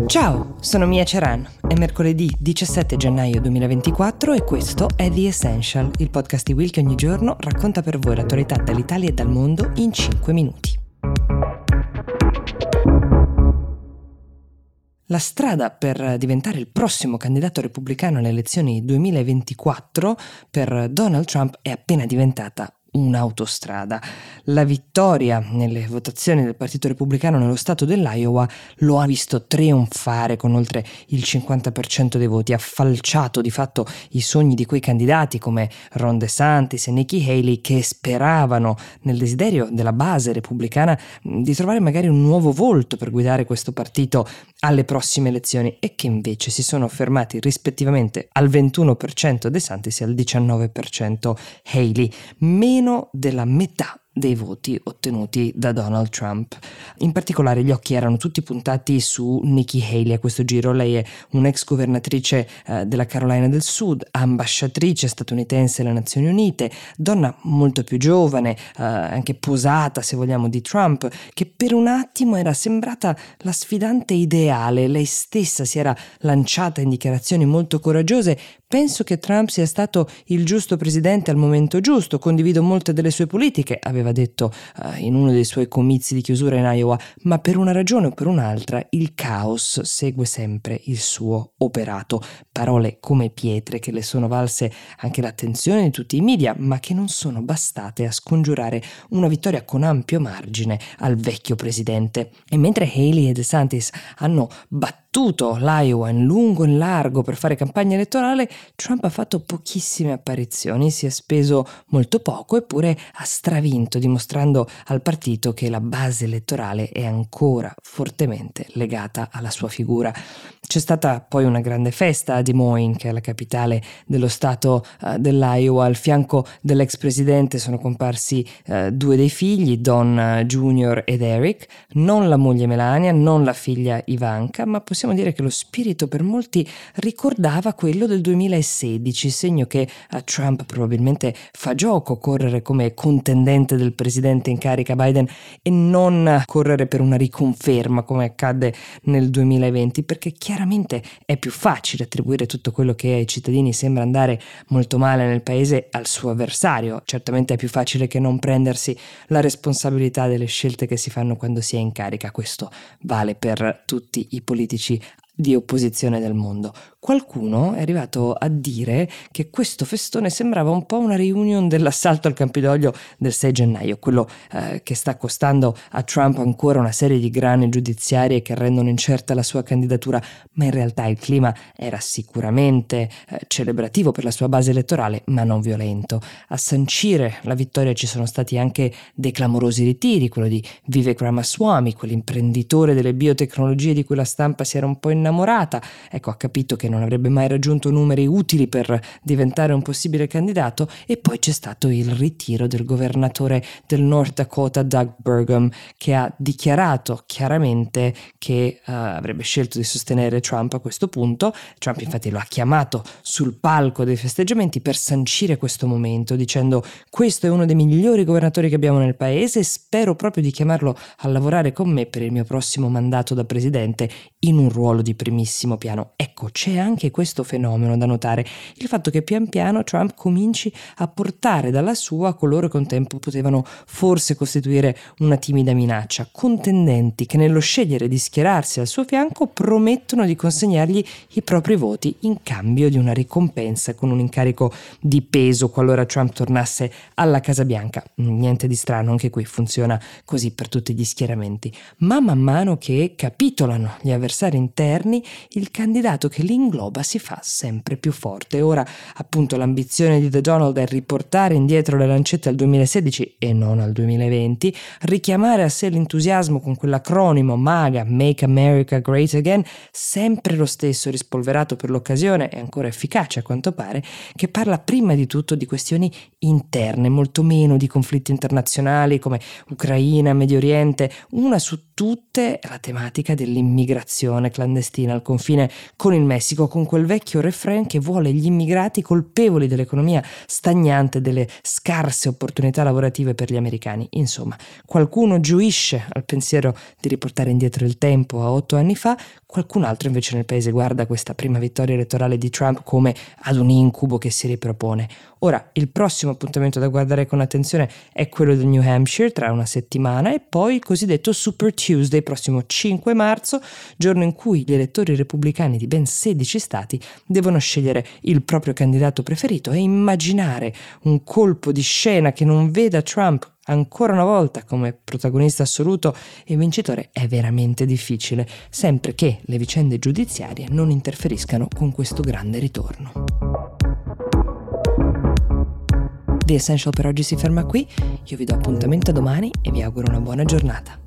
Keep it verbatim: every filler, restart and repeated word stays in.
Ciao, sono Mia Ceran. È mercoledì diciassette gennaio duemilaventiquattro e questo è The Essential, il podcast di Will che ogni giorno racconta per voi l'attualità dall'Italia e dal mondo in cinque minuti. La strada per diventare il prossimo candidato repubblicano alle elezioni duemilaventiquattro per Donald Trump è appena diventata un'autostrada. La vittoria nelle votazioni del Partito Repubblicano nello stato dell'Iowa lo ha visto trionfare con oltre il cinquanta per cento dei voti, ha falciato di fatto i sogni di quei candidati come Ron DeSantis e Nikki Haley che speravano nel desiderio della base repubblicana di trovare magari un nuovo volto per guidare questo partito alle prossime elezioni e che invece si sono fermati rispettivamente al ventuno per cento DeSantis e al diciannove per cento Haley, meno della metà dei voti ottenuti da Donald Trump. In particolare gli occhi erano tutti puntati su Nikki Haley a questo giro. Lei è un'ex governatrice eh, della Carolina del Sud, ambasciatrice statunitense alle Nazioni Unite, donna molto più giovane, eh, anche posata se vogliamo di Trump, che per un attimo era sembrata la sfidante ideale. Lei stessa si era lanciata in dichiarazioni molto coraggiose. Penso che Trump sia stato il giusto presidente al momento giusto, condivido molte delle sue politiche, aveva detto uh, in uno dei suoi comizi di chiusura in Iowa, ma per una ragione o per un'altra il caos segue sempre il suo operato. Parole come pietre che le sono valse anche l'attenzione di tutti i media, ma che non sono bastate a scongiurare una vittoria con ampio margine al vecchio presidente. E mentre Haley e DeSantis hanno battuto tutto l'Iowa in lungo e in largo per fare campagna elettorale, Trump ha fatto pochissime apparizioni, si è speso molto poco eppure ha stravinto, dimostrando al partito che la base elettorale è ancora fortemente legata alla sua figura. C'è stata poi una grande festa a Des Moines, che è la capitale dello stato uh, dell'Iowa. Al fianco dell'ex presidente sono comparsi uh, due dei figli, Don uh, Junior ed Eric, non la moglie Melania, non la figlia Ivanka, ma possiamo dire che lo spirito per molti ricordava quello del duemilasedici, segno che a Trump probabilmente fa gioco correre come contendente del presidente in carica Biden e non correre per una riconferma come accadde nel duemilaventi, perché chiaramente è più facile attribuire tutto quello che ai cittadini sembra andare molto male nel paese al suo avversario. Certamente è più facile che non prendersi la responsabilità delle scelte che si fanno quando si è in carica. Questo vale per tutti i politici di opposizione del mondo. Qualcuno è arrivato a dire che questo festone sembrava un po' una reunion dell'assalto al Campidoglio del sei gennaio, quello eh, che sta costando a Trump ancora una serie di grane giudiziarie che rendono incerta la sua candidatura, ma in realtà il clima era sicuramente eh, celebrativo per la sua base elettorale, ma non violento. A sancire la vittoria ci sono stati anche dei clamorosi ritiri, quello di Vivek Ramaswamy, quell'imprenditore delle biotecnologie di cui la stampa si era un po' innamorata. Ecco, ha capito che non avrebbe mai raggiunto numeri utili per diventare un possibile candidato, e poi c'è stato il ritiro del governatore del North Dakota Doug Burgum, che ha dichiarato chiaramente che uh, avrebbe scelto di sostenere Trump a questo punto. Trump infatti lo ha chiamato sul palco dei festeggiamenti per sancire questo momento, dicendo: questo è uno dei migliori governatori che abbiamo nel paese e spero proprio di chiamarlo a lavorare con me per il mio prossimo mandato da presidente in un ruolo di primissimo piano. Ecco, c'è anche questo fenomeno da notare, il fatto che pian piano Trump cominci a portare dalla sua coloro che un tempo potevano forse costituire una timida minaccia, contendenti che nello scegliere di schierarsi al suo fianco promettono di consegnargli i propri voti in cambio di una ricompensa con un incarico di peso qualora Trump tornasse alla Casa Bianca. Niente di strano, anche qui funziona così per tutti gli schieramenti. Ma man mano che capitolano gli avversari interni, il candidato che li ingloba si fa sempre più forte. Ora appunto l'ambizione di The Donald è riportare indietro le lancette al duemilasedici e non al duemilaventi, richiamare a sé l'entusiasmo con quell'acronimo MAGA, Make America Great Again, sempre lo stesso, rispolverato per l'occasione e ancora efficace a quanto pare, che parla prima di tutto di questioni interne, molto meno di conflitti internazionali come Ucraina, Medio Oriente, una su tutte la tematica dell'immigrazione clandestina al confine con il Messico, con quel vecchio refrain che vuole gli immigrati colpevoli dell'economia stagnante, delle scarse opportunità lavorative per gli americani. Insomma, qualcuno gioisce al pensiero di riportare indietro il tempo a otto anni fa, qualcun altro invece nel paese guarda questa prima vittoria elettorale di Trump come ad un incubo che si ripropone. Ora, il prossimo appuntamento da guardare con attenzione è quello del New Hampshire tra una settimana e poi il cosiddetto Super Tuesday, prossimo cinque marzo, giorno in cui gli elettori repubblicani di ben sedici stati devono scegliere il proprio candidato preferito e immaginare un colpo di scena che non veda Trump ancora una volta come protagonista assoluto e vincitore è veramente difficile, sempre che le vicende giudiziarie non interferiscano con questo grande ritorno. The Essential per oggi si ferma qui, io vi do appuntamento a domani e vi auguro una buona giornata.